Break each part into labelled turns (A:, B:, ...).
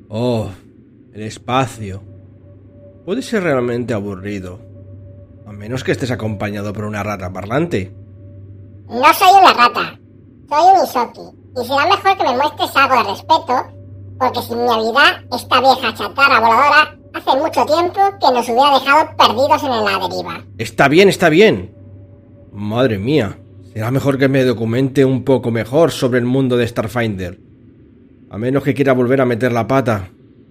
A: Oh, el espacio. Puede ser realmente aburrido. A menos que estés acompañado por una rata parlante.
B: No soy una rata, soy un Isoki. Y será mejor que me muestres algo de respeto, porque sin mi habilidad, esta vieja chatarra voladora hace mucho tiempo que nos hubiera dejado perdidos en la deriva.
A: Está bien, está bien. Madre mía, será mejor que me documente un poco mejor sobre el mundo de Starfinder. A menos que quiera volver a meter la pata.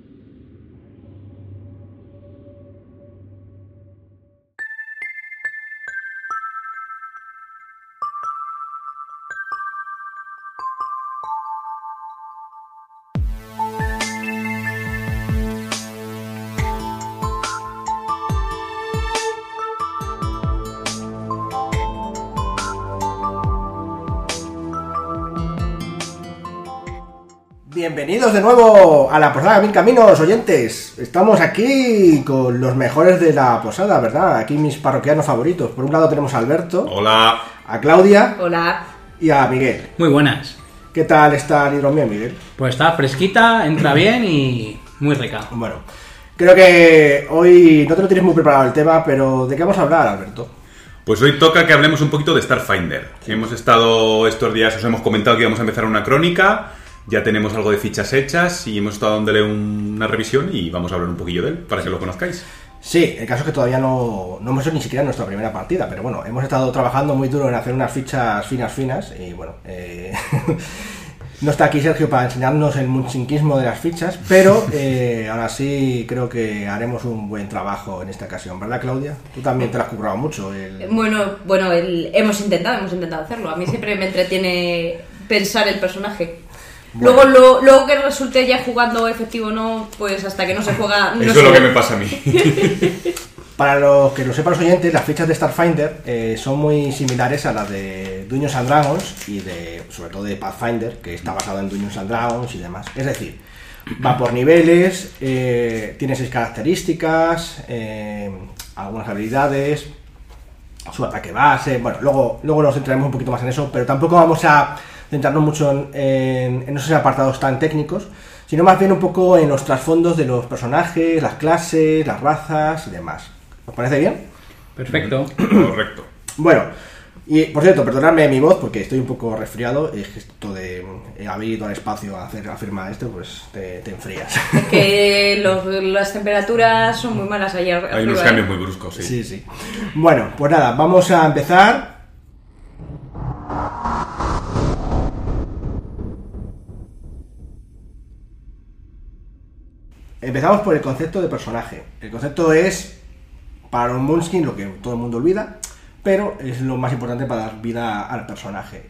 A: Bienvenidos de nuevo a la Posada Mil Caminos, oyentes. Estamos aquí con los mejores de la posada, ¿verdad? Aquí mis parroquianos favoritos. Por un lado tenemos a Alberto.
C: Hola.
A: A Claudia.
D: Hola.
A: Y a Miguel.
E: Muy buenas.
A: ¿Qué tal está el hidromiel, Miguel?
E: Pues está fresquita, entra bien y muy rica.
A: Bueno, creo que hoy no te lo tienes muy preparado el tema, pero ¿de qué vamos a hablar, Alberto?
C: Pues hoy toca que hablemos un poquito de Starfinder. Hemos estado estos días, os hemos comentado que íbamos a empezar una crónica. Ya tenemos algo de fichas hechas y hemos estado dándole una revisión y vamos a hablar un poquillo de él, para que lo conozcáis.
A: Sí, el caso es que todavía no hemos hecho ni siquiera nuestra primera partida, pero bueno, hemos estado trabajando muy duro en hacer unas fichas finas y bueno, no está aquí Sergio para enseñarnos el munchinquismo de las fichas, pero ahora sí creo que haremos un buen trabajo en esta ocasión, ¿verdad, Claudia? Tú también te lo has currado mucho.
D: Hemos intentado hacerlo. A mí siempre me entretiene pensar el personaje.
A: Bueno.
D: Luego que resulte ya jugando efectivo o no, pues hasta que no se juega... No
C: Eso
D: sé.
C: es lo que me pasa a mí.
A: Para los que lo sepan los oyentes, las fichas de Starfinder son muy similares a las de Dungeons and Dragons y sobre todo de Pathfinder, que está basado en Dungeons and Dragons y demás. Es decir, va por niveles, tiene 6 características, algunas habilidades, su ataque base. Bueno, luego nos centraremos un poquito más en eso, pero tampoco vamos a centrarnos mucho en esos apartados tan técnicos, sino más bien un poco en los trasfondos de los personajes, las clases, las razas y demás. ¿Os parece bien?
E: Perfecto.
C: Correcto.
A: Bueno, y por cierto, perdonadme mi voz porque estoy un poco resfriado. Es que esto de haber ido al espacio a hacer la firma esto, pues te enfrías.
D: Es que las temperaturas son muy malas ayer.
C: Hay unos cambios muy bruscos, sí.
A: Sí. Bueno, pues nada, vamos a empezar. Empezamos por el concepto de personaje. El concepto es, para un Munchkin, lo que todo el mundo olvida, pero es lo más importante para dar vida al personaje.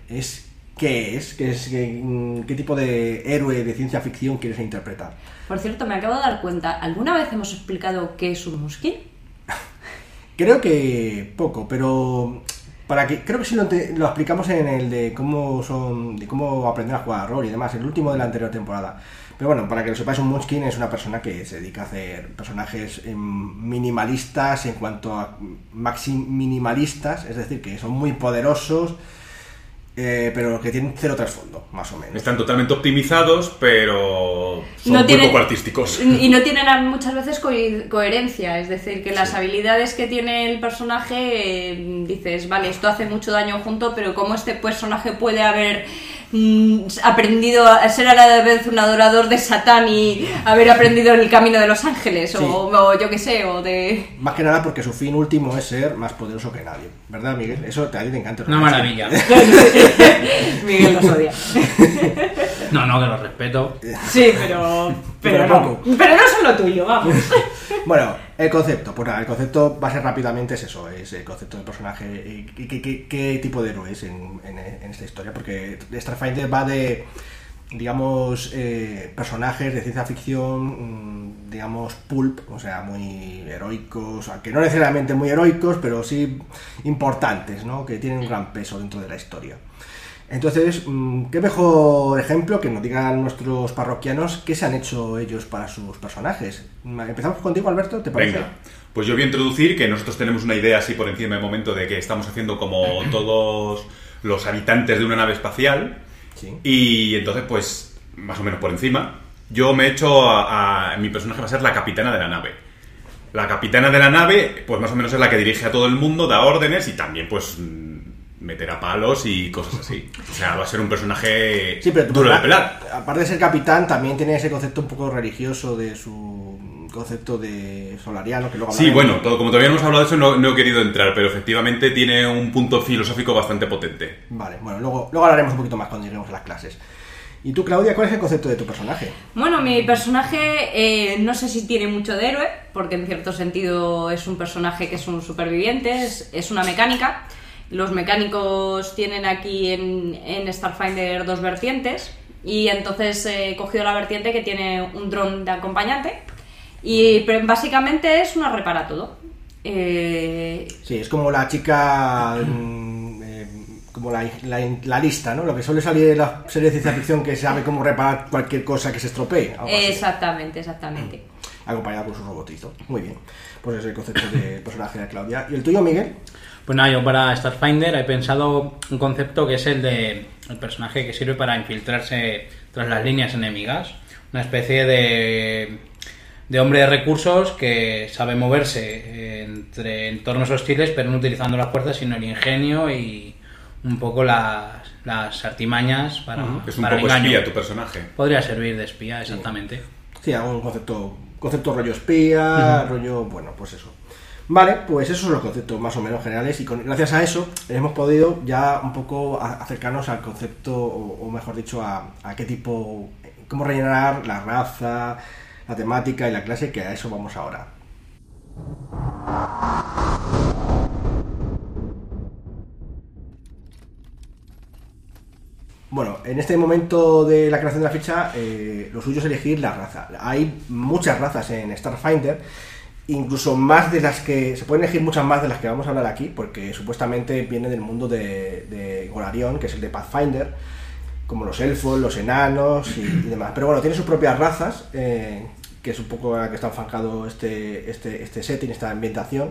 A: ¿Qué tipo de héroe de ciencia ficción quieres interpretar?
D: Por cierto, me acabo de dar cuenta, ¿alguna vez hemos explicado qué es un Muskin?
A: Creo que poco, pero creo que sí lo explicamos en el de cómo aprender a jugar a rol y demás, el último de la anterior temporada. Pero bueno, para que lo sepáis, un Munchkin es una persona que se dedica a hacer personajes minimalistas en cuanto a minimalistas, es decir, que son muy poderosos, pero que tienen cero trasfondo, más o menos.
C: Están totalmente optimizados, pero son
D: No tienen-
C: muy poco artísticos.
D: Y no tienen muchas veces coherencia, es decir, que las habilidades que tiene el personaje, dices, vale, esto hace mucho daño junto, pero ¿cómo este personaje puede haber aprendido a ser a la vez un adorador de Satán y haber aprendido el camino de los ángeles?
A: Sí.
D: O yo qué sé, o de...
A: Más que nada porque su fin último es ser más poderoso que nadie, ¿verdad, Miguel? Eso a ti te encanta.
E: Una maravilla.
D: Miguel los odia.
E: No, que lo respeto.
D: Sí, pero
A: Pero
D: no.
A: poco.
D: Pero no es lo tuyo, vamos.
A: Bueno, el concepto, pues nada, el concepto va a ser rápidamente es eso, es el concepto del personaje y qué tipo de héroe es en esta historia, porque Starfinder va de, digamos, personajes de ciencia ficción, digamos, pulp, o sea, muy heroicos, aunque no necesariamente muy heroicos, pero sí importantes, ¿no? Que tienen un gran peso dentro de la historia. Entonces, qué mejor ejemplo que nos digan nuestros parroquianos qué se han hecho ellos para sus personajes. Empezamos contigo, Alberto, ¿te parece?
C: Venga, pues yo voy a introducir que nosotros tenemos una idea así por encima de momento de que estamos haciendo como todos los habitantes de una nave espacial.
A: Sí.
C: Y entonces, pues, más o menos por encima. Yo me he hecho mi personaje va a ser la capitana de la nave. La capitana de la nave, pues más o menos es la que dirige a todo el mundo, da órdenes y también, pues, meter a palos y cosas así. O sea, va a ser un personaje duro de pelar.
A: Aparte de ser capitán, también tiene ese concepto un poco religioso de su concepto de solariano, que luego
C: Sí, bueno, como todavía no hemos hablado de eso, no he querido entrar, pero efectivamente tiene un punto filosófico bastante potente.
A: Vale, bueno, luego hablaremos un poquito más cuando lleguemos a las clases. ¿Y tú, Claudia, cuál es el concepto de tu personaje?
D: Bueno, mi personaje no sé si tiene mucho de héroe, porque en cierto sentido es un personaje que es un superviviente, es una mecánica. Los mecánicos tienen aquí en Starfinder dos vertientes, y entonces he cogido la vertiente que tiene un dron de acompañante, y básicamente es una repara todo.
A: Sí, es como la chica... como la lista, ¿no? Lo que suele salir en la serie de ciencia ficción, que sabe cómo reparar cualquier cosa que se estropee.
D: Exactamente.
A: Acompañada por su robotito. Muy bien. Pues ese es el concepto de personaje de Claudia. ¿Y el tuyo, Miguel?
E: Pues nada, yo para Starfinder he pensado un concepto que es el personaje que sirve para infiltrarse tras las líneas enemigas. Una especie de hombre de recursos que sabe moverse entre entornos hostiles, pero no utilizando la fuerza, sino el ingenio y un poco las artimañas para
C: Es un
E: para
C: poco
E: el engaño.
C: espía tu personaje.
E: Podría servir de espía, exactamente.
A: Sí, algún concepto rollo espía, rollo... Bueno, pues eso. Vale, pues esos son los conceptos más o menos generales, y gracias a eso hemos podido ya un poco acercarnos al concepto, o mejor dicho, a qué tipo... cómo rellenar la raza, la temática y la clase, que a eso vamos ahora. Bueno, en este momento de la creación de la ficha, lo suyo es elegir la raza. Hay muchas razas en Starfinder, incluso más de las que... se pueden elegir muchas más de las que vamos a hablar aquí, porque supuestamente viene del mundo de Golarion, que es el de Pathfinder, como los elfos, los enanos y demás. Pero bueno, tiene sus propias razas, que es un poco a la que está enfocado este setting, esta ambientación.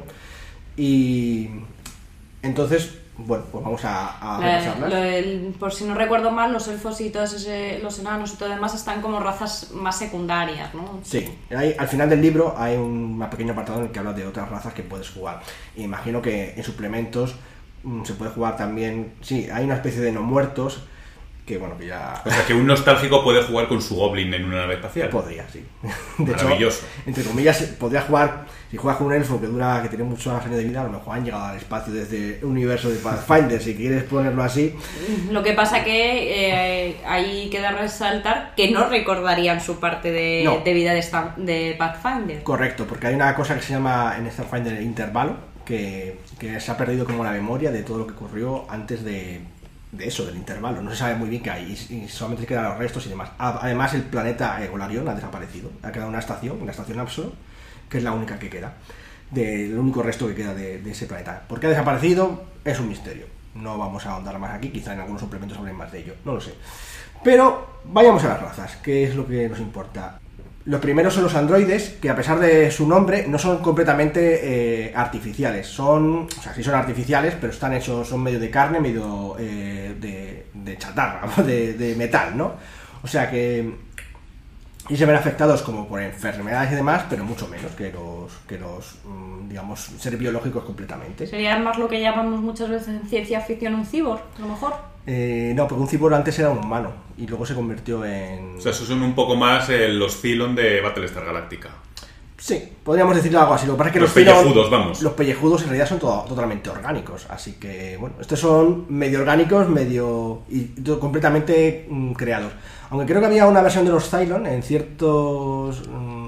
A: Y entonces... bueno, pues vamos a repasarlas.
D: Por si no recuerdo mal, los elfos y todos los enanos y todo demás están como razas más secundarias, ¿no?
A: Sí, al final del libro hay un pequeño apartado en el que habla de otras razas que puedes jugar. Y imagino que en suplementos se puede jugar también... Sí, hay una especie de no muertos que, bueno, que ya...
C: O sea, que un nostálgico puede jugar con su goblin en una nave espacial.
A: Podría, sí. De
C: Maravilloso.
A: hecho, entre comillas, podría jugar... Si juegas con un elfo que tiene muchos años de vida, a lo mejor han llegado al espacio desde el universo de Pathfinder, si quieres ponerlo así.
D: Lo que pasa que hay que resaltar que no recordarían su parte de vida de Pathfinder.
A: Correcto, porque hay una cosa que se llama en Starfinder el intervalo, que se ha perdido como la memoria de todo lo que ocurrió antes de eso, del intervalo. No se sabe muy bien qué hay y solamente quedan los restos y demás. Además, el planeta Golarion ha desaparecido. Ha quedado una estación Absol, que es la única que queda, el único resto que queda de ese planeta. ¿Por qué ha desaparecido? Es un misterio. No vamos a ahondar más aquí, quizá en algunos suplementos hablen más de ello, no lo sé. Pero vayamos a las razas, que es lo que nos importa. Los primeros son los androides, que a pesar de su nombre no son completamente artificiales. Sí son artificiales, pero están hechos, son medio de carne, medio de chatarra, de metal, ¿no? O sea que... y se ven afectados como por enfermedades y demás, pero mucho menos que los digamos, seres biológicos completamente.
D: Sería más lo que llamamos muchas veces en ciencia ficción un cyborg, a lo mejor.
A: No, porque un cyborg antes era un humano y luego se convirtió en...
C: O sea, esos son un poco más los Cylon de Battlestar Galactica.
A: Sí, podríamos decirlo algo así. Lo que pasa es que
C: los pellejudos, vamos.
A: Los pellejudos en realidad son totalmente orgánicos, así que, bueno, estos son medio orgánicos, completamente creados. Aunque creo que había una versión de los Cylon en ciertos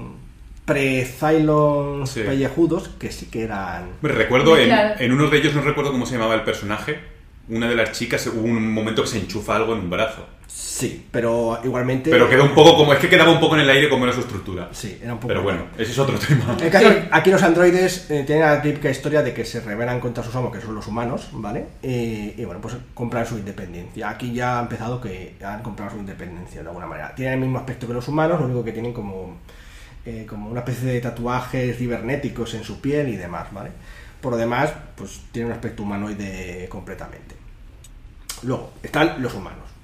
A: pre-Cylons pellejudos que sí que eran...
C: Me recuerdo, en uno de ellos no recuerdo cómo se llamaba el personaje. Una de las chicas, hubo un momento que se enchufa algo en un brazo.
A: Sí, pero igualmente...
C: Pero queda un poco como... Es que quedaba un poco en el aire como era su estructura.
A: Sí, era un poco...
C: Pero bueno, ese es otro tema.
A: El caso, aquí los androides tienen la típica historia de que se rebelan contra sus amos, que son los humanos, ¿vale? Y bueno, pues compran su independencia. Aquí ya ha empezado que han comprado su independencia de alguna manera. Tienen el mismo aspecto que los humanos, lo único que tienen como una especie de tatuajes cibernéticos en su piel y demás, ¿vale? Por lo demás, pues tienen un aspecto humanoide completamente. Luego, están los humanos,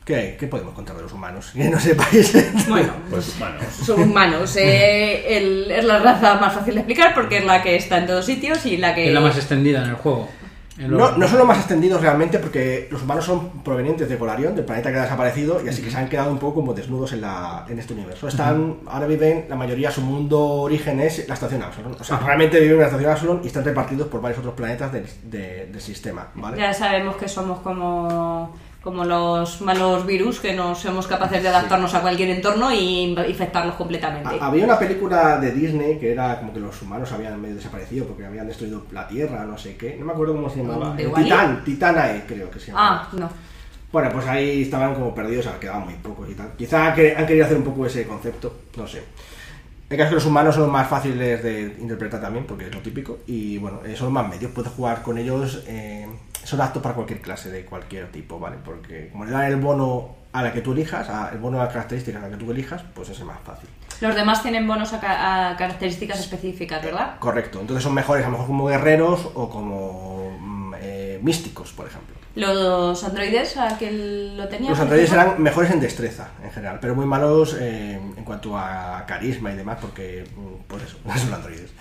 A: ¿Qué podemos contar de los humanos? Que no sepáis.
D: Bueno,
C: Pues humanos.
D: son humanos. Es la raza más fácil de explicar porque es la que está en todos sitios y la que...
E: Es la más extendida en el juego.
A: No son los más extendidos realmente porque los humanos son provenientes de Golarion, del planeta que ha desaparecido, y así que se han quedado un poco como desnudos en este universo. Ahora viven, la mayoría, su mundo origen es la estación Absalon. O sea, realmente viven en la estación Absalon y están repartidos por varios otros planetas del sistema, ¿vale?
D: Ya sabemos que somos como los malos virus, que no somos capaces de adaptarnos a cualquier entorno y infectarlos completamente.
A: Había una película de Disney que era como que los humanos habían medio desaparecido porque habían destruido la Tierra, no sé qué. No me acuerdo cómo se llamaba.
D: ¿De Wall-E?
A: Titanae, creo que se llamaba.
D: Ah, no.
A: Bueno, pues ahí estaban como perdidos, quedaban muy pocos y tal. Quizá han querido hacer un poco ese concepto, no sé. El caso es que los humanos son los más fáciles de interpretar también, porque es lo típico. Y bueno, son los más medios, puedes jugar con ellos. Son aptos para cualquier clase, de cualquier tipo, ¿vale? Porque como le dan el bono a la que tú elijas, el bono a las características a la que tú elijas, pues es el más fácil.
D: Los demás tienen bonos a características específicas, ¿verdad?
A: Correcto, entonces son mejores a lo mejor como guerreros o como místicos, por ejemplo.
D: Los androides, ¿a que lo tenían?
A: Los androides eran mejores en destreza, en general, pero muy malos en cuanto a carisma y demás, porque, pues eso, son androides.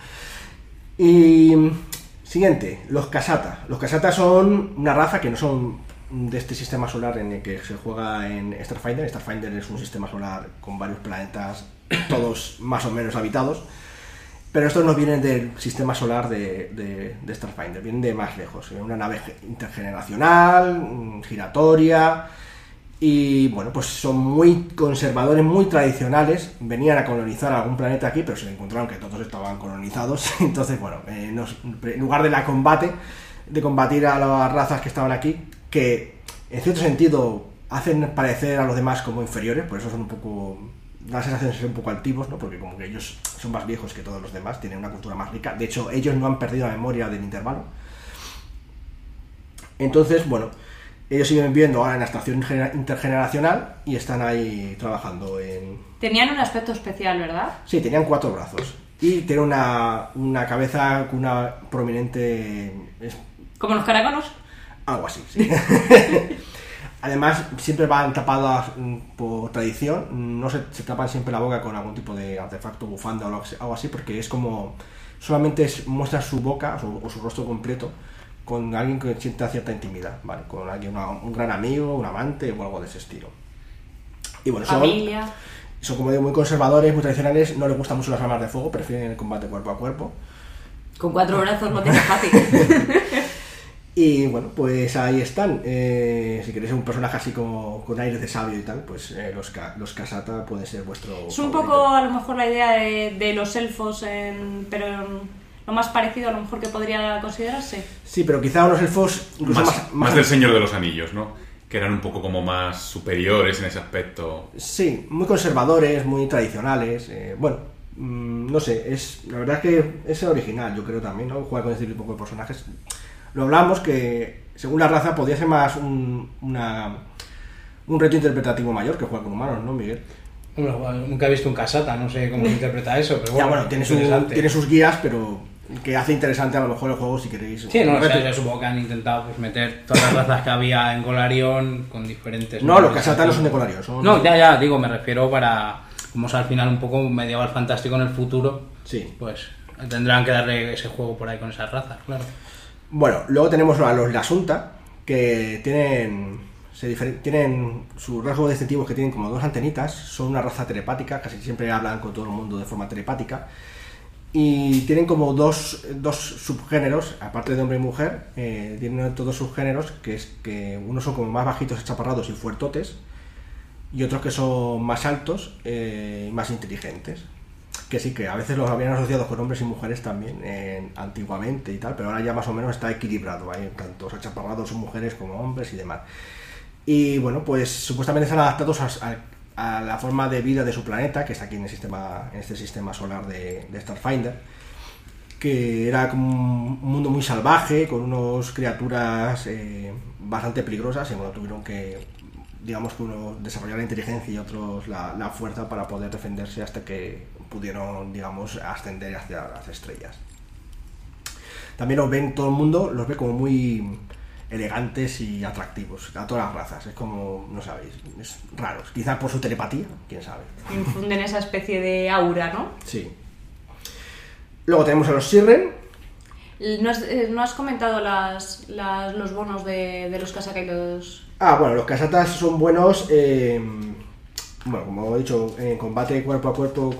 A: Y siguiente, los Kasata. Los Kasata son una raza que no son de este sistema solar en el que se juega en Starfinder. Starfinder es un sistema solar con varios planetas, todos más o menos habitados. Pero estos no vienen del sistema solar de Starfinder, vienen de más lejos. Una nave intergeneracional, giratoria, y bueno, pues son muy conservadores, muy tradicionales. Venían a colonizar algún planeta aquí, pero se encontraron que todos estaban colonizados. Entonces, bueno, en lugar de combatir a las razas que estaban aquí, que en cierto sentido hacen parecer a los demás como inferiores, por eso son un poco... da la sensación de ser un poco altivos, ¿no? Porque como que ellos son más viejos que todos los demás, tienen una cultura más rica. De hecho, ellos no han perdido la memoria del intervalo. Entonces, bueno, ellos siguen viviendo ahora en la estación intergeneracional y están ahí trabajando en...
D: Tenían un aspecto especial, ¿verdad?
A: Sí, tenían 4 brazos. Y tienen una cabeza con una prominente...
D: ¿Como los caraconos?
A: Algo así, sí. Además, siempre van tapadas por tradición, no se tapan siempre la boca con algún tipo de artefacto, bufanda o algo así, porque es como, solamente muestra su boca o su rostro completo con alguien que sienta cierta intimidad, ¿vale? Con alguien, un gran amigo, un amante o algo de ese estilo. Y bueno,
D: familia.
A: Son como digo, muy conservadores, muy tradicionales, no les gustan mucho las armas de fuego, prefieren el combate cuerpo a cuerpo.
D: Con 4 brazos no tiene fácil.
A: Y bueno, pues ahí están. Si queréis un personaje así como con aires de sabio y tal, pues los Kasata pueden ser vuestro
D: Es
A: favorito.
D: un poco a lo mejor la idea de los elfos, pero lo más parecido a lo mejor que podría considerarse.
A: Sí, pero quizá unos elfos incluso
C: más del Señor de los Anillos, ¿no? Que eran un poco como más superiores en ese aspecto.
A: Sí, muy conservadores, muy tradicionales. Bueno, no sé, la verdad es que es original, yo creo también, ¿no? Jugar con este tipo de personajes. Lo hablamos que, según la raza, podría ser más un reto interpretativo mayor que jugar con humanos, ¿no, Miguel?
E: Bueno, nunca he visto un Kasata, no sé cómo se interpreta eso, pero
A: Ya,
E: bueno,
A: tiene sus guías, pero que hace interesante a lo mejor el juego si queréis.
E: Sí, no, o sea, yo supongo que han intentado pues, meter todas las razas que había en Golarion con diferentes...
A: No, los Kasata no son de Golarion, son...
E: No, ya, digo, me refiero para... Como es al final un poco medieval fantástico en el futuro,
A: sí,
E: pues tendrán que darle ese juego por ahí con esas razas, claro.
A: Bueno, luego tenemos a los Lasunta, que tienen sus rasgos distintivos, que tienen como 2 antenitas, son una raza telepática, casi siempre hablan con todo el mundo de forma telepática, y tienen como dos subgéneros, aparte de hombre y mujer, tienen todos subgéneros, que es que unos son como más bajitos, achaparrados y fuertotes, y otros que son más altos y más inteligentes. Que sí, que a veces los habían asociado con hombres y mujeres también, antiguamente y tal, pero ahora ya más o menos está equilibrado, hay tantos achaparrados son mujeres como hombres y demás. Y bueno, pues supuestamente están adaptados a la forma de vida de su planeta, que está aquí en este sistema solar de Starfinder, que era como un mundo muy salvaje, con unas criaturas bastante peligrosas, y bueno, tuvieron que, digamos que uno desarrollar la inteligencia y otros la fuerza para poder defenderse hasta que pudieron, digamos, ascender hacia las estrellas. También todo el mundo los ve como muy elegantes y atractivos a todas las razas. Es como, no sabéis, es raro. Quizás por su telepatía, quién sabe.
D: Infunden esa especie de aura, ¿no?
A: Sí. Luego tenemos a los Sirren.
D: ¿No has comentado los bonos de los Kasaka y los...?
A: Bueno, los Kasatas son buenos, bueno, como he dicho, en combate cuerpo a cuerpo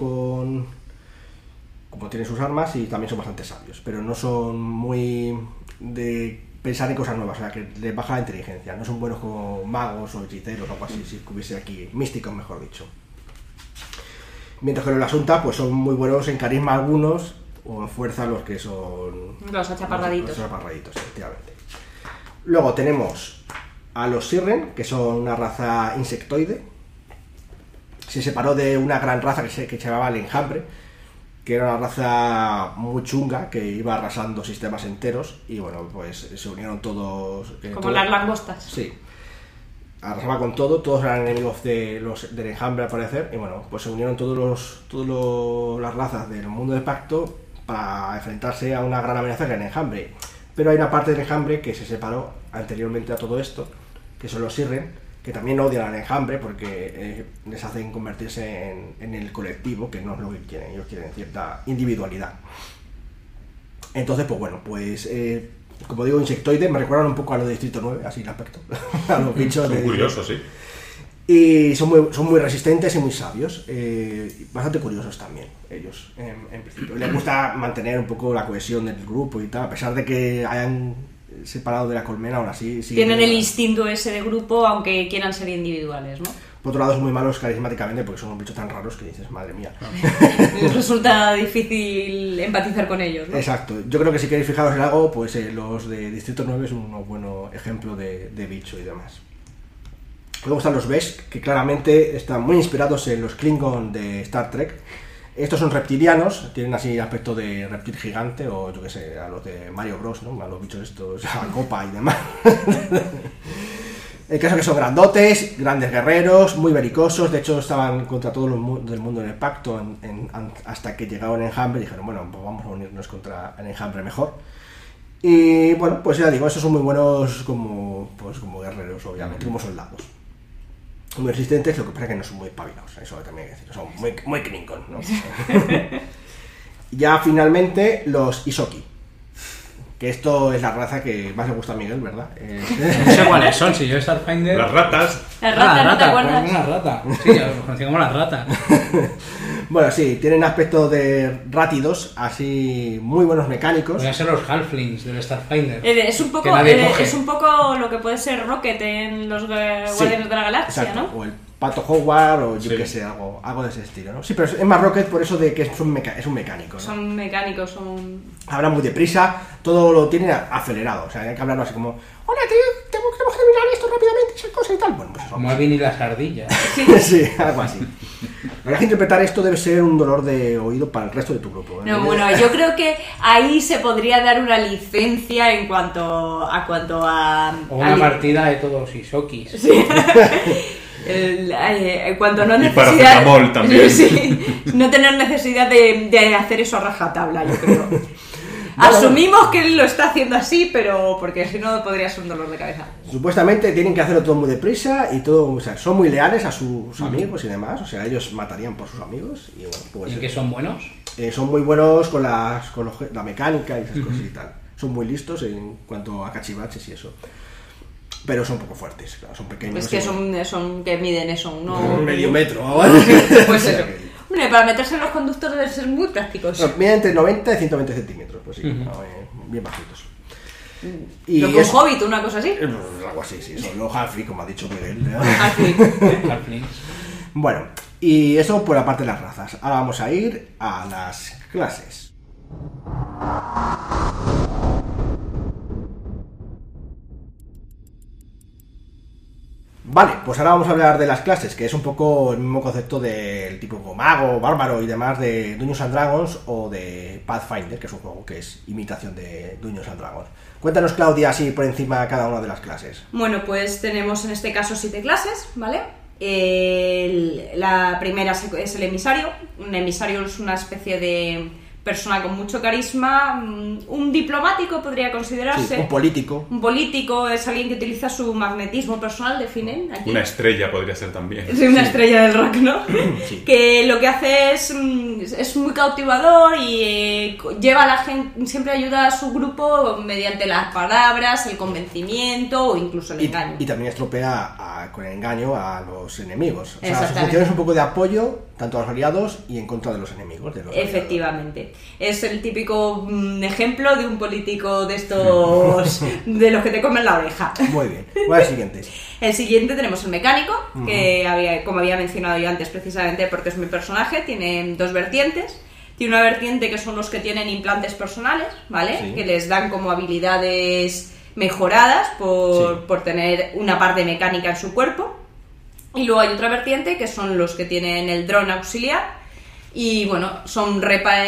A: como tienen sus armas, y también son bastante sabios, pero no son muy de pensar en cosas nuevas, o sea, que les baja la inteligencia. No son buenos como magos o hechiceros o algo así, si hubiese aquí místicos, mejor dicho. Mientras que los Asunta, pues son muy buenos en carisma algunos, o en fuerza los que son...
D: Los achaparraditos.
A: Los achaparraditos, efectivamente. Luego tenemos a los Sirren, que son una raza insectoide. Se separó de una gran raza que se llamaba el Enjambre, que era una raza muy chunga, que iba arrasando sistemas enteros, y bueno, pues se unieron todos...
D: Como las langostas.
A: Sí. Arrasaba con todo, todos eran enemigos del Enjambre al parecer, y bueno, pues se unieron todas las razas del mundo del pacto para enfrentarse a una gran amenaza que era el Enjambre. Pero hay una parte del Enjambre que se separó anteriormente a todo esto, que son los Sirren, que también odian al Enjambre porque les hacen convertirse en el colectivo, que no es lo que quieren, ellos quieren cierta individualidad. Entonces, pues bueno, pues como digo, insectoides, me recuerdan un poco a los de Distrito 9, así el aspecto, a los bichos.
C: Son curiosos, sí.
A: Y son muy resistentes y muy sabios, bastante curiosos también, ellos, en principio. Les gusta mantener un poco la cohesión del grupo y tal, a pesar de que hayan separado de la colmena, aún así...
D: Tienen el instinto ese de grupo, aunque quieran ser individuales, ¿no?
A: Por otro lado, son muy malos carismáticamente porque son unos bichos tan raros que dices, madre mía.
D: Resulta difícil empatizar con ellos, ¿no?
A: Exacto. Yo creo que si queréis fijaros en algo, pues los de Distrito 9 es un buen ejemplo de bicho y demás. Luego están los Vesk, que claramente están muy inspirados en los Klingon de Star Trek. Estos son reptilianos, tienen así aspecto de reptil gigante, o yo que sé, a los de Mario Bros, ¿no? A los bichos estos, a Copa y demás. El caso es que son grandotes, grandes guerreros, muy belicosos. De hecho, estaban contra todo el del mundo en el pacto hasta que llegaron en Enjambre y dijeron, bueno, pues vamos a unirnos contra el Enjambre mejor. Y bueno, pues ya digo, estos son muy buenos como guerreros, obviamente, como soldados. Muy resistentes, lo que pasa es que no son muy espabilados, eso también hay que decir, son muy Klingon, ¿no? Ya finalmente los Isoki, que esto es la raza que más le gusta a Miguel, ¿verdad?
E: No sé cuáles son, si yo Starfinder...
C: Las ratas.
D: La rata, ¿no te acuerdas?
E: Una rata, sí, yo los conocí como las ratas.
A: Bueno, sí, tienen aspecto de rátidos, así muy buenos mecánicos.
E: Podrían ser los Halflings del Starfinder.
D: Es un poco lo que puede ser Rocket en los Guardianes de la Galaxia,
A: exacto,
D: ¿no?
A: O el Pato Howard, o yo
C: Sí.
A: que sé, algo de ese estilo, ¿no? Sí, pero es más Rocket por eso de que es un mecánico, ¿no?
D: Son mecánicos, son...
A: Hablan muy deprisa, todo lo tienen acelerado, o sea, hay que hablarlo así como, hola, tenemos que terminar esto rápidamente, esa cosa y tal. Bueno, pues eso.
E: Como Alvin y las ardillas.
A: Sí, algo así. La verdad es que interpretar esto debe ser un dolor de oído para el resto de tu grupo, ¿eh?
D: No, bueno, yo creo que ahí se podría dar una licencia en cuanto a
E: O una partida de todos Isokis.
D: Sí. En cuanto a no
C: Y
D: necesidad...
C: paracetamol también.
D: Sí, no tener necesidad de hacer eso a rajatabla, yo creo. Asumimos que él lo está haciendo así, pero porque si no podría ser un dolor de cabeza.
A: Supuestamente tienen que hacerlo todo muy deprisa y todo, o sea, son muy leales a sus amigos y demás, o sea, ellos matarían por sus amigos y bueno, pues...
E: ¿Y en qué son buenos?
A: Son muy buenos con la mecánica y esas cosas y tal. Son muy listos en cuanto a cachivaches y eso. Pero son un poco fuertes, claro, son pequeños.
D: Es que son que miden eso, ¿no?
A: Medio metro.
D: Pues eso. Hombre, para meterse en los conductos deben ser muy prácticos.
A: No, miden entre 90 y 120 centímetros, pues sí, no, bien bajitos. Y
D: Lo que un hobbit, una cosa así.
A: Algo así, sí, son los halfling, como ha dicho Miguel.
D: Así.
E: Halflings.
A: Bueno, y eso por la parte de las razas. Ahora vamos a ir a las clases. Vale, pues ahora vamos a hablar de las clases, que es un poco el mismo concepto del tipo mago, bárbaro y demás de Dungeons and Dragons o de Pathfinder, que es un juego que es imitación de Dungeons and Dragons. Cuéntanos, Claudia, así por encima de cada una de las clases.
D: Bueno, pues tenemos en este caso 7 clases, ¿vale? La primera es el emisario. Un emisario es una especie de persona con mucho carisma, un diplomático podría considerarse.
A: Sí, un político.
D: Un político es alguien que utiliza su magnetismo personal, definen aquí.
C: Una estrella podría ser también.
D: Sí, una estrella del rock, ¿no?
A: Sí.
D: Que lo que hace es muy cautivador y lleva a la gente, siempre ayuda a su grupo mediante las palabras, el convencimiento o incluso el engaño.
A: Y también estropea con el engaño a los enemigos. O sea, su
D: Exactamente.
A: función es un poco de apoyo tanto a los aliados y en contra de los enemigos.
D: Efectivamente. Es el típico ejemplo de un político de estos de los que te comen la oreja.
A: Muy bien. ¿Cuál es el siguiente?
D: El siguiente tenemos el mecánico, que como había mencionado yo antes, precisamente porque es mi personaje, tiene dos vertientes. Tiene una vertiente que son los que tienen implantes personales, ¿vale?
A: Sí.
D: Que les dan como habilidades mejoradas por tener una parte mecánica en su cuerpo. Y luego hay otra vertiente que son los que tienen el dron auxiliar. Y bueno, son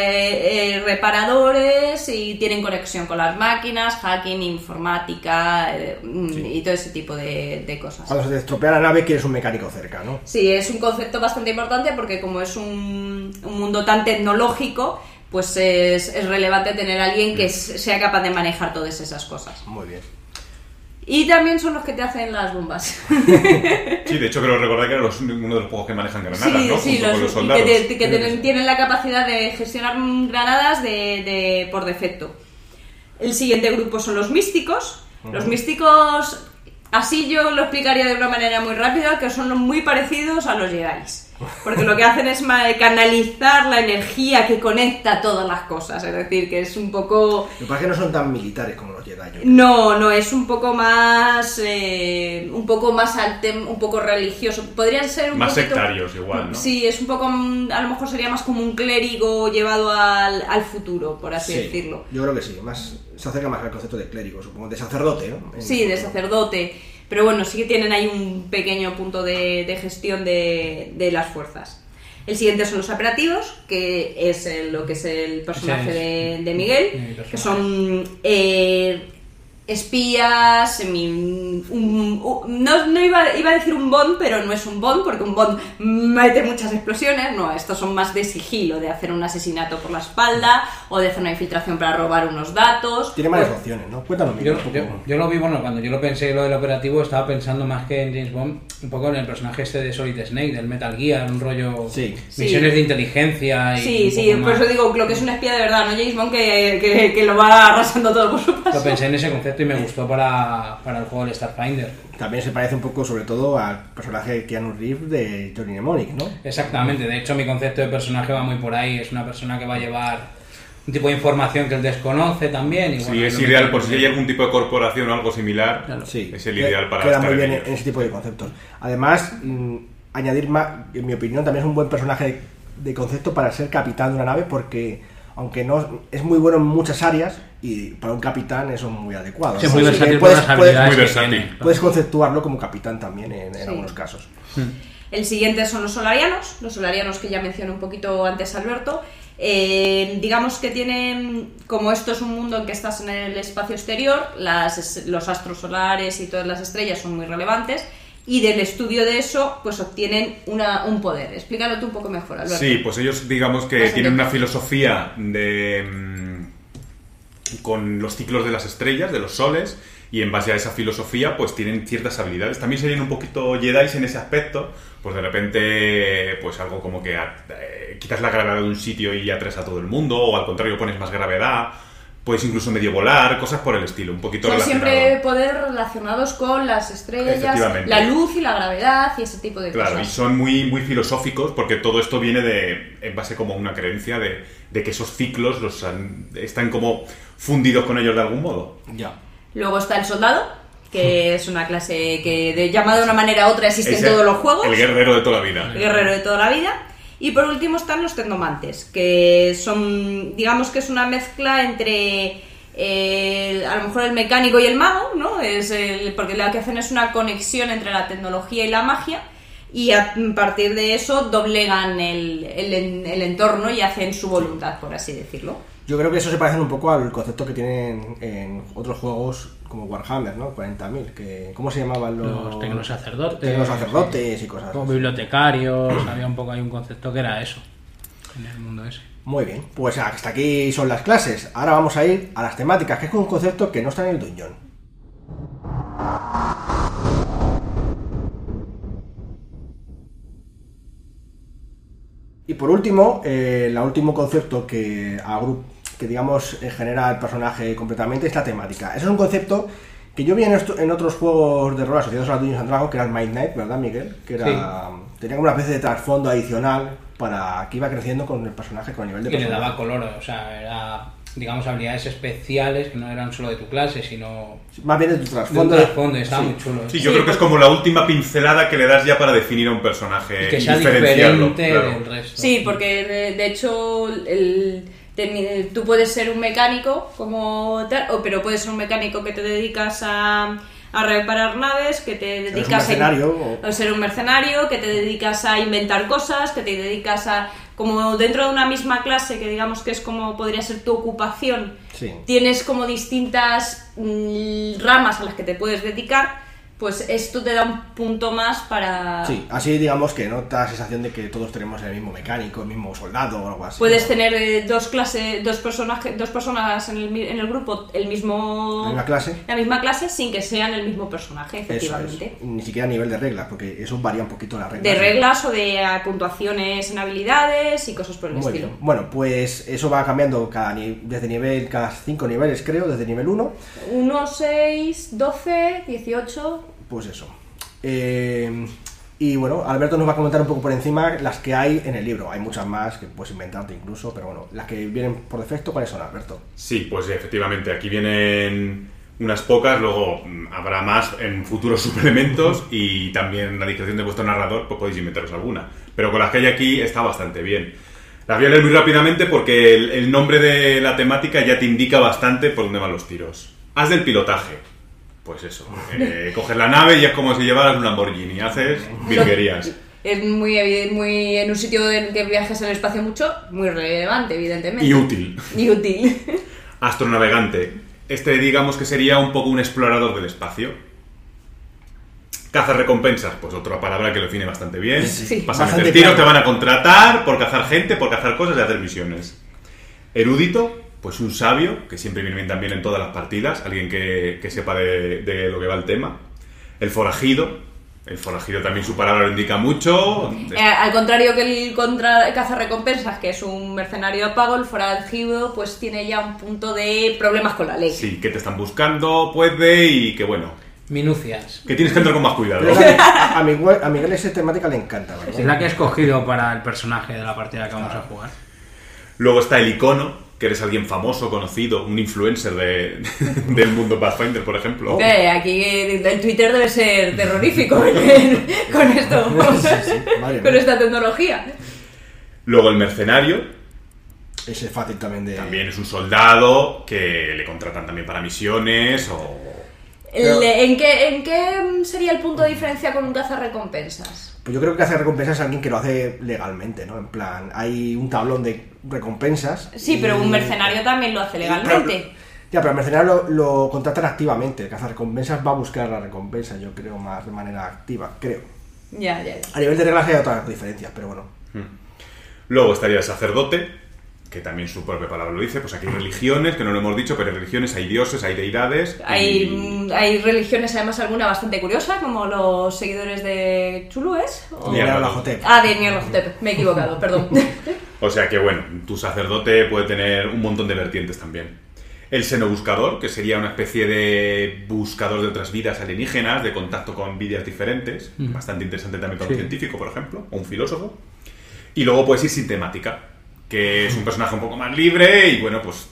D: reparadores y tienen conexión con las máquinas, hacking, informática y todo ese tipo de cosas.
A: Cuando se te estropea la nave quieres un mecánico cerca, ¿no?
D: Sí, es un concepto bastante importante porque como es un mundo tan tecnológico, pues es relevante tener a alguien que sea capaz de manejar todas esas cosas.
A: Muy bien.
D: Y también son los que te hacen las bombas.
C: Sí, de hecho creo recordar que era uno de los pocos que manejan granadas, ¿no?
D: Sí,
C: Junto con los soldados.
D: tienen la capacidad de gestionar granadas por defecto. El siguiente grupo son los místicos. Los místicos, así yo lo explicaría de una manera muy rápida, que son muy parecidos a los Jedi. Porque lo que hacen es canalizar la energía que conecta todas las cosas. Es decir, que es un poco...
A: Lo que pasa es que no son tan militares como los Jedi.
D: No, es un poco más... un poco religioso. Podrían ser un
C: más
D: poquito...
C: sectarios igual, ¿no?
D: Sí, es un poco... A lo mejor sería más como un clérigo llevado al futuro, por así decirlo.
A: Yo creo que sí. Se acerca más al concepto de clérigo, supongo. De sacerdote, ¿no?
D: Sí, de sacerdote. Pero bueno, sí que tienen ahí un pequeño punto de gestión de las fuerzas. El siguiente son los operativos, que es lo que es el personaje de Miguel, que son espías, no iba a decir un Bond, pero no es un Bond, porque un Bond mete muchas explosiones. No, estos son más de sigilo, de hacer un asesinato por la espalda o de hacer una infiltración para robar unos datos.
A: Tiene varias opciones, ¿no? Cuéntanos, Miguel, un poco.
E: Yo lo vi, cuando yo lo pensé, lo del operativo, estaba pensando más que en James Bond, un poco en el personaje de Solid Snake, del Metal Gear, un rollo misiones de inteligencia.
D: Sí, por eso digo, lo que es un espía de verdad, no James Bond que lo va arrasando todo por su paso.
E: Lo pensé en ese concepto y me gustó para el juego del Starfinder.
A: También se parece un poco, sobre todo, al personaje de Keanu Reeves de Johnny Mnemonic, ¿no?
E: Exactamente, de hecho mi concepto de personaje va muy por ahí, es una persona que va a llevar un tipo de información que él desconoce también. Y
C: sí, es ideal por si hay algún tipo de corporación o algo similar, claro. Sí, es el ideal para
A: queda
C: estar
A: muy bien en ese tipo de conceptos. Además, añadir más, en mi opinión, también es un buen personaje de concepto para ser capitán de una nave, porque aunque no es muy bueno en muchas áreas, y para un capitán eso es muy adecuado.
E: Sí,
A: ¿no?
E: muy versátil por las habilidades que tiene.
A: Puedes conceptuarlo como capitán también en algunos casos.
D: El siguiente son los solarianos que ya mencioné un poquito antes Alberto. Digamos que tienen, como esto es un mundo en que estás en el espacio exterior, los astros solares y todas las estrellas son muy relevantes. Y del estudio de eso, pues obtienen un poder. Explícalo tú un poco mejor, Alberto.
C: Sí, pues ellos digamos que tienen una filosofía con los ciclos de las estrellas, de los soles, y en base a esa filosofía pues tienen ciertas habilidades. También serían un poquito Jedi en ese aspecto, pues de repente pues algo como que quitas la gravedad de un sitio y atraes a todo el mundo, o al contrario pones más gravedad. Puedes incluso medio volar, cosas por el estilo, un poquito
D: son
C: relacionado.
D: Siempre poderes relacionados con las estrellas, la luz y la gravedad y ese tipo de cosas.
C: Claro, y son muy, muy filosóficos porque todo esto viene en base como una creencia de que esos ciclos están como fundidos con ellos de algún modo.
A: Ya.
D: Luego está el soldado, que es una clase que llamada de una manera u otra existe en todos los juegos.
C: El guerrero de toda la vida.
D: El guerrero de toda la vida. Y por último están los tecnomantes, que son, digamos que es una mezcla entre a lo mejor el mecánico y el mago, ¿no? Porque lo que hacen es una conexión entre la tecnología y la magia, y a partir de eso doblegan el entorno y hacen su voluntad, por así decirlo.
A: Yo creo que eso se parece un poco al concepto que tienen en otros juegos como Warhammer, ¿no? 40.000, ¿cómo se llamaban los
E: tecnosacerdotes?
A: Tecnosacerdotes y cosas así.
E: Como bibliotecarios, había un poco ahí un concepto que era eso, en el mundo ese.
A: Muy bien, pues hasta aquí son las clases. Ahora vamos a ir a las temáticas, que es un concepto que no está en el dungeon. Y por último, el último concepto que digamos genera el personaje completamente es la temática. Eso es un concepto que yo vi en otros juegos de rol asociados a Dungeons & Dragons, que era el Might Knight, ¿verdad, Miguel? Que era, sí. Tenía como una especie de trasfondo adicional para que iba creciendo con el personaje, con el nivel de personaje.
E: Y le daba color, o sea, era, digamos, habilidades especiales que no eran solo de tu clase, sino...
A: Más bien de tu trasfondo.
E: Estaba muy chulo.
C: Sí, yo creo que es como la última pincelada que le das ya para definir a un personaje
E: y que sea
C: diferenciarlo,
E: diferente del resto.
D: Sí, porque de hecho tú puedes ser un mecánico como tal, pero puedes ser un mecánico que te dedicas a reparar naves, que te dedicas a ser un mercenario, que te dedicas a inventar cosas, que te dedicas a... Como dentro de una misma clase, que digamos que es como podría ser tu ocupación, sí. Tienes como distintas ramas a las que te puedes dedicar, pues esto te da un punto más para...
A: Sí, así digamos que no te da la sensación de que todos tenemos el mismo mecánico, el mismo soldado o algo así.
D: Puedes tener dos personas en el grupo, la misma clase sin que sean el mismo personaje, efectivamente.
A: Eso es. Ni siquiera a nivel de reglas, porque eso varía un poquito las reglas.
D: De reglas o de puntuaciones en habilidades y cosas por el estilo.
A: Bien. Bueno, pues eso va cambiando desde cada 5 niveles, creo, desde nivel 1.
D: 1, 6, 12, 18...
A: Pues eso. Y bueno, Alberto nos va a comentar un poco por encima las que hay en el libro. Hay muchas más que puedes inventarte incluso, pero bueno, las que vienen por defecto, ¿cuáles son, Alberto?
C: Sí, pues efectivamente, aquí vienen unas pocas, luego habrá más en futuros suplementos y también a discreción de vuestro narrador pues podéis inventaros alguna. Pero con las que hay aquí está bastante bien. Las voy a leer muy rápidamente porque el nombre de la temática ya te indica bastante por dónde van los tiros. Haz del pilotaje. Pues eso, coges la nave y es como si llevaras un Lamborghini, haces virguerías.
D: Es muy en un sitio en que viajes en el espacio mucho, muy relevante, evidentemente.
C: Y útil.
A: Astronavegante.
C: Digamos que sería un poco un explorador del espacio. Cazarrecompensas, pues otra palabra que lo define bastante bien.
A: Sí.
C: Vas a meter tiros, te van a contratar por cazar gente, por cazar cosas y hacer misiones. Erudito. Pues un sabio, que siempre viene bien también en todas las partidas, alguien que sepa de lo que va el tema. El forajido también su palabra lo indica mucho.
D: Al contrario que el cazarrecompensas, que es un mercenario a pago, el forajido pues tiene ya un punto de problemas con la ley.
C: Sí, que te están buscando, y que bueno...
E: Minucias.
C: Que tienes que entrar con más cuidado.
A: A Miguel esa temática le encanta, ¿verdad?
E: Es la que he escogido para el personaje de la partida que vamos a jugar.
C: Luego está el icono, que eres alguien famoso, conocido, un influencer del mundo Pathfinder, por ejemplo.
D: Aquí el Twitter debe ser terrorífico con esto, con esta tecnología.
C: Luego el mercenario.
A: Ese es fácil también de...
C: También es un soldado que le contratan también para misiones o...
D: ¿En qué sería el punto de diferencia con un cazarrecompensas?
A: Pues yo creo que cazarrecompensas es alguien que lo hace legalmente, ¿no? En plan, hay un tablón de recompensas.
D: Sí, pero un mercenario también lo hace legalmente.
A: Pero el mercenario lo contratan activamente. El cazarrecompensas va a buscar la recompensa, yo creo, más de manera activa, creo.
D: Ya.
A: A nivel de reglas hay otras diferencias, pero bueno.
C: Luego estaría el sacerdote, que también su propia palabra lo dice. Pues aquí hay religiones, que no lo hemos dicho, pero hay religiones, hay dioses, hay deidades.
D: Hay religiones, además, alguna bastante curiosa, como los seguidores de Chulu, ¿es?
A: De Nyarlathotep.
D: De Nyarlathotep, me he equivocado, perdón.
C: O sea que bueno, tu sacerdote puede tener un montón de vertientes también. El xenobuscador, que sería una especie de buscador de otras vidas alienígenas, de contacto con vidas diferentes, bastante interesante también para un científico, por ejemplo, o un filósofo. Y luego puedes ir sin temática, que es un personaje un poco más libre y bueno, pues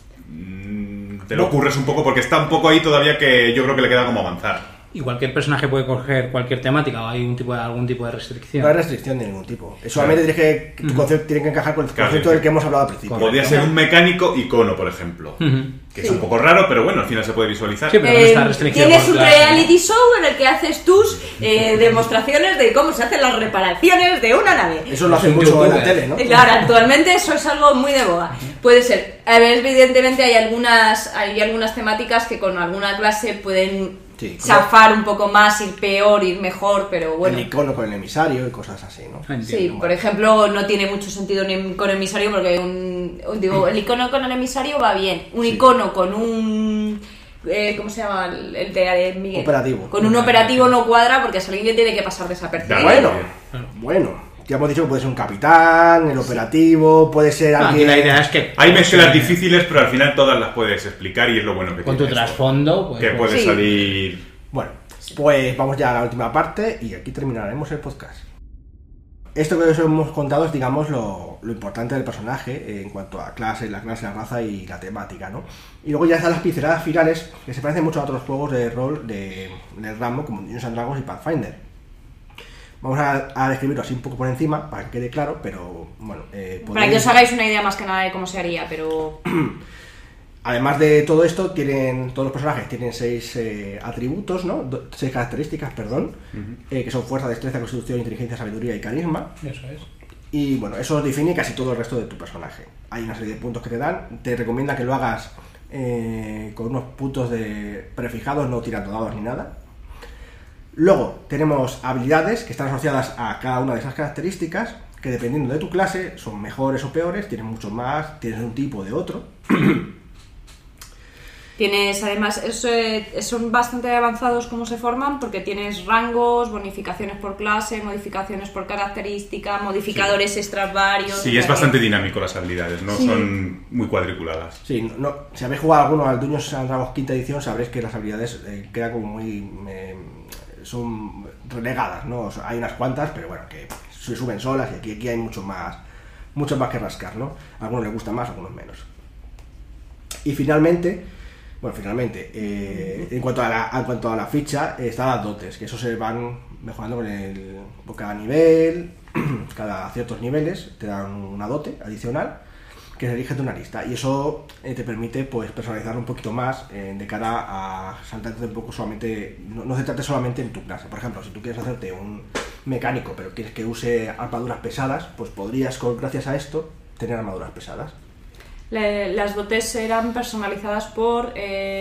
C: te lo ocurres un poco porque está un poco ahí todavía que yo creo que le queda como avanzar.
E: ¿Y cualquier personaje puede coger cualquier temática o hay algún tipo de restricción?
A: No hay restricción de ningún tipo. Solamente tu concepto tiene que encajar con el concepto del que hemos hablado al principio.
C: Podría ser un mecánico icono, por ejemplo. Que es un poco raro, pero bueno, al final se puede visualizar.
E: Sí, pero no está restricción.
D: Tienes un reality show en el que haces tus demostraciones de cómo se hacen las reparaciones de una nave.
A: Eso lo hacen mucho en la tele, ¿no?
D: Claro, actualmente eso es algo muy de moda. Puede ser. A ver, evidentemente hay algunas temáticas que con alguna clase pueden
A: Sí,
D: zafar un poco más, ir peor, ir mejor, pero bueno.
A: El icono con el emisario y cosas así, ¿no?
D: Sí, por ejemplo, no tiene mucho sentido ni con el emisario porque el icono con el emisario va bien. Un icono con un... ¿cómo se llama? El de Miguel.
A: Operativo.
D: Con un operativo no cuadra porque a alguien le tiene que pasar desapercibido.
A: Bueno. Ya hemos dicho que puede ser un capitán, el operativo, puede ser alguien...
E: Aquí la idea es que...
C: Hay mezclas difíciles, pero al final todas las puedes explicar y es lo bueno que
E: con
C: tiene
E: tu
C: esto.
E: trasfondo... Pues,
C: Que puede salir...
A: Bueno, pues vamos ya a la última parte y aquí terminaremos el podcast. Esto que os hemos contado es, digamos, lo importante del personaje en cuanto a la clase, la raza y la temática, ¿no? Y luego ya están las pinceladas finales, que se parecen mucho a otros juegos de rol de Rambo, como Dungeons and Dragons y Pathfinder. Vamos a describirlo así un poco por encima, para que quede claro, pero bueno...
D: Para que os hagáis una idea más que nada de cómo se haría, pero...
A: Además de todo esto, todos los personajes tienen 6 atributos, ¿no? 6 características, perdón, que son fuerza, destreza, constitución, inteligencia, sabiduría y carisma.
E: Eso es.
A: Y bueno, eso define casi todo el resto de tu personaje. Hay una serie de puntos que te dan, te recomienda que lo hagas con unos puntos prefijados, no tirando dados ni nada. Luego tenemos habilidades que están asociadas a cada una de esas características, que dependiendo de tu clase son mejores o peores, tienes mucho más, tienes un tipo de otro.
D: Tienes, además, son bastante avanzados cómo se forman, porque tienes rangos, bonificaciones por clase, modificaciones por característica, modificadores extras varios...
C: Sí, es bastante dinámico las habilidades, no son muy cuadriculadas.
A: Sí, si habéis jugado alguno al Dungeons and Dragons quinta edición, sabréis que las habilidades quedan como muy... son relegadas, ¿no? O sea, hay unas cuantas, pero bueno, que se suben solas y aquí hay mucho más que rascar, ¿no? A algunos les gusta más, a algunos menos. Y finalmente, en cuanto a la ficha, están las dotes, que eso se van mejorando por cada nivel, cada ciertos niveles te dan una dote adicional que se elige de una lista, y eso te permite pues personalizarlo un poquito más de cara a saltarte un poco solamente, no centrarte solamente en tu clase. Por ejemplo, si tú quieres hacerte un mecánico pero quieres que use armaduras pesadas, pues podrías, gracias a esto, tener armaduras pesadas.
D: Las dotes eran personalizadas por...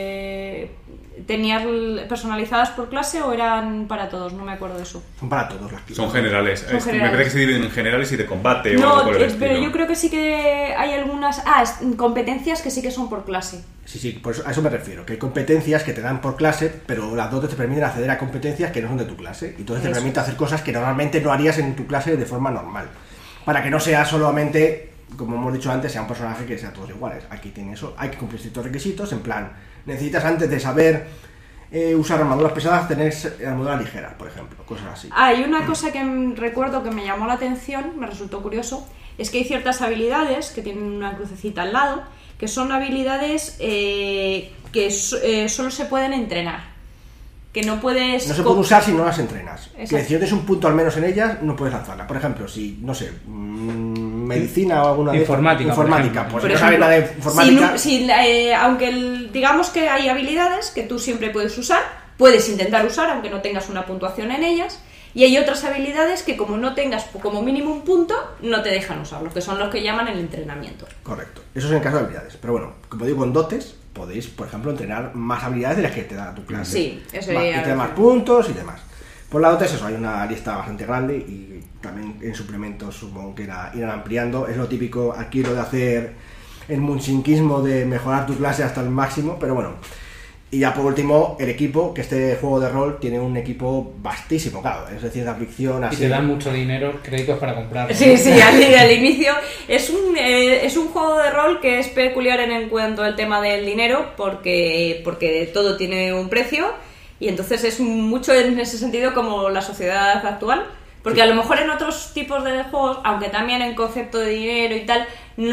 D: ¿Tenías personalizadas por clase o eran para todos? No me acuerdo de eso.
A: Son para todos las clases.
C: Son generales.
D: Son generales.
C: Me parece que se dividen en generales y de combate o
D: no,
C: algo por el estilo.
D: Pero yo creo que sí que hay algunas... competencias que sí que son por clase.
A: Sí, por eso, a eso me refiero, que hay competencias que te dan por clase, pero las dotes te permiten acceder a competencias que no son de tu clase, y entonces te permite hacer cosas que normalmente no harías en tu clase de forma normal, para que no sea solamente, como hemos dicho antes, sea un personaje que sea todos iguales. Aquí tiene eso, hay que cumplir ciertos requisitos, en plan, necesitas antes de saber usar armaduras pesadas, tener armaduras ligeras, por ejemplo, cosas así.
D: Hay una cosa que recuerdo que me llamó la atención, me resultó curioso, es que hay ciertas habilidades que tienen una crucecita al lado, que son habilidades que solo se pueden entrenar. Que no puedes...
A: No se pueden usar si no las entrenas.
D: Exacto.
A: Que si tienes un punto al menos en ellas, no puedes lanzarla. Por ejemplo, si, no sé, medicina o alguna
E: Informática,
A: pues
D: por
A: si no sabes nada de informática...
D: aunque digamos que hay habilidades que tú siempre puedes usar, puedes intentar usar aunque no tengas una puntuación en ellas, y hay otras habilidades que como no tengas como mínimo un punto, no te dejan usarlos, que son los que llaman el entrenamiento.
A: Correcto. Eso es en caso de habilidades. Pero bueno, como digo, en dotes podéis, por ejemplo, entrenar más habilidades de las que te da tu clase.
D: Sí, eso
A: y te da más puntos y demás. Por la dotes, eso, hay una lista bastante grande y también en suplementos supongo que irán ampliando. Es lo típico aquí lo de hacer el munchinquismo de mejorar tu clase hasta el máximo, pero bueno. Y ya por último, el equipo, que este juego de rol tiene un equipo vastísimo, claro, es decir, de aflicción así.
E: Y te dan mucho dinero, créditos para comprar.
D: Sí, al inicio es un juego de rol que es peculiar en cuanto al tema del dinero, porque todo tiene un precio, y entonces es mucho en ese sentido como la sociedad actual. Porque a lo mejor en otros tipos de juegos, aunque también en concepto de dinero y tal,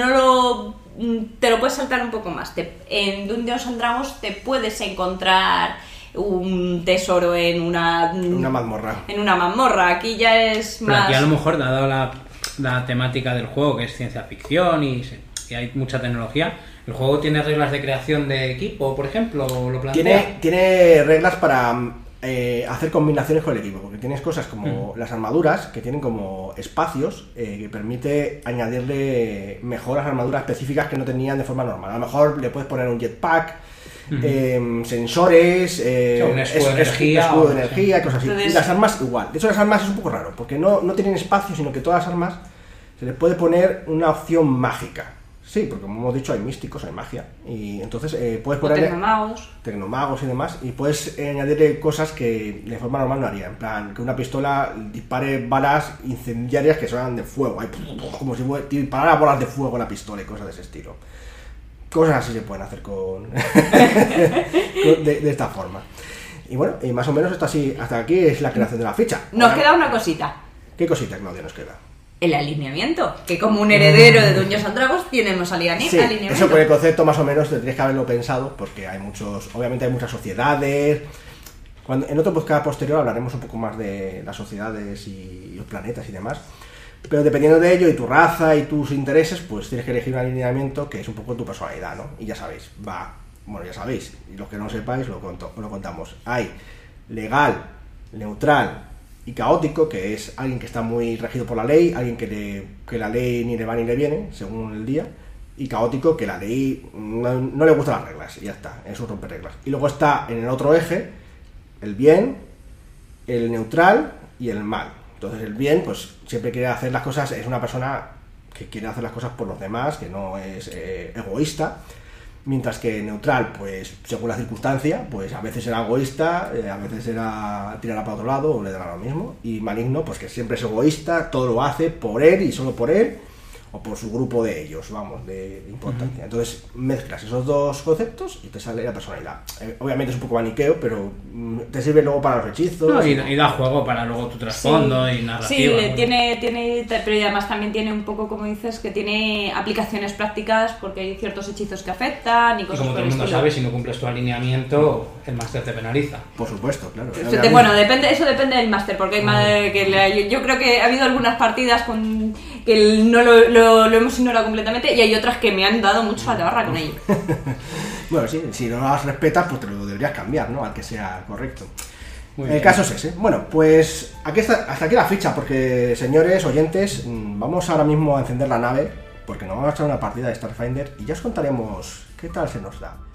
D: te lo puedes saltar un poco más. En Dungeons and Dragons te puedes encontrar un tesoro en una
A: mazmorra.
D: En una mazmorra. Aquí ya es
E: pero
D: más...
E: aquí a lo mejor, dado la temática del juego, que es ciencia ficción y hay mucha tecnología, ¿el juego tiene reglas de creación de equipo, por ejemplo? ¿Lo plantea?
A: Tiene reglas para... hacer combinaciones con el equipo, porque tienes cosas como las armaduras que tienen como espacios que permite añadirle mejoras a armaduras específicas que no tenían de forma normal. A lo mejor le puedes poner un jetpack sensores,
E: un escudo de energía,
A: escudo de energía, cosas así.
D: Entonces-
A: Y las armas igual. De hecho, las armas es un poco raro, porque no tienen espacio, sino que todas las armas se les puede poner una opción mágica. Sí, porque como hemos dicho, hay místicos, hay magia. Y entonces puedes
D: O
A: ponerle
D: tecnomagos.
A: y demás, y puedes añadirle cosas que de forma normal no haría. En plan, que una pistola dispare balas incendiarias que suenan de fuego, ahí, como si disparara bolas de fuego la pistola y cosas de ese estilo. Cosas así se pueden hacer con de esta forma. Y bueno, y más o menos hasta aquí es la creación de la ficha.
D: Nos
A: Ahora,
D: queda una cosita.
A: ¿qué cosita, Claudia, nos queda?
D: El alineamiento. Que como un heredero de Dungeons and Dragons tenemos
A: Sí,
D: alineamiento.
A: eso por el concepto más o menos tendrías que haberlo pensado, porque obviamente hay muchas sociedades. En otro podcast posterior hablaremos un poco más de las sociedades y los planetas y demás. Pero dependiendo de ello y tu raza y tus intereses, pues tienes que elegir un alineamiento que es un poco tu personalidad, ¿no? Y ya sabéis, ya sabéis, y los que no sepáis lo contamos. Hay legal, neutral y caótico, que es alguien que está muy regido por la ley, alguien que la ley ni le va ni le viene, según el día, y caótico, que la ley no le gustan las reglas, y ya está, eso rompe reglas. Y luego está en el otro eje el bien, el neutral y el mal. Entonces el bien, pues siempre quiere hacer las cosas, es una persona que quiere hacer las cosas por los demás, que no es egoísta. Mientras que neutral, pues según la circunstancia, pues a veces será egoísta, a veces tirará para otro lado o le dará lo mismo. Y maligno, pues que siempre es egoísta, todo lo hace por él y solo por él, o por su grupo de ellos, de importancia. Entonces mezclas esos dos conceptos y te sale la personalidad. Obviamente es un poco maniqueo, pero te sirve luego para los hechizos.
E: No, y da juego para luego tu trasfondo y narrativa.
D: Sí,
E: ¿no?
D: tiene, pero además también tiene un poco, como dices, que tiene aplicaciones prácticas porque hay ciertos hechizos que afectan y
E: Y
D: cosas
E: como
D: por
E: todo el mundo
D: estilo.
E: sabe, si no cumples tu alineamiento, el máster te penaliza.
A: Por supuesto, claro.
D: Bueno, eso depende del máster, porque yo creo que ha habido algunas partidas que no lo hemos ignorado completamente y hay otras que me han dado mucho la tabarra con ello.
A: Bueno, sí, si no las respetas, pues te lo deberías cambiar, ¿no? Al que sea correcto.
E: Muy
A: El
E: bien.
A: caso es ese. Bueno, pues hasta aquí la ficha, porque señores oyentes, vamos ahora mismo a encender la nave, porque nos vamos a echar una partida de Starfinder y ya os contaremos qué tal se nos da.